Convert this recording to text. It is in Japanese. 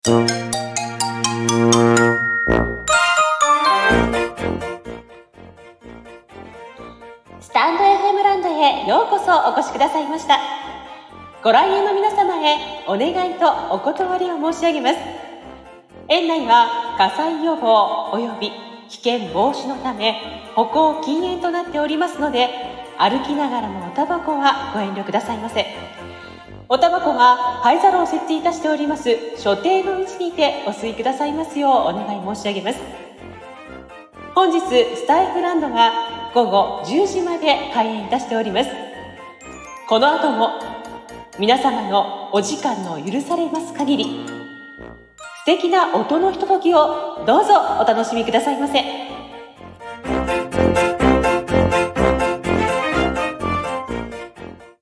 スタンド FM ランドへようこそお越しくださいました。ご来園の皆様へお願いとお断りを申し上げます。園内は火災予防及び危険防止のため歩行禁煙となっておりますので、歩きながらのおタバコはご遠慮くださいませ。おタバコは灰皿を設置いたしております所定の位置にてお吸いくださいますようお願い申し上げます。本日スタイフランドが午後10時まで開園いたしております。この後も皆様のお時間の許されます限り、素敵な音のひとときをどうぞお楽しみくださいませ。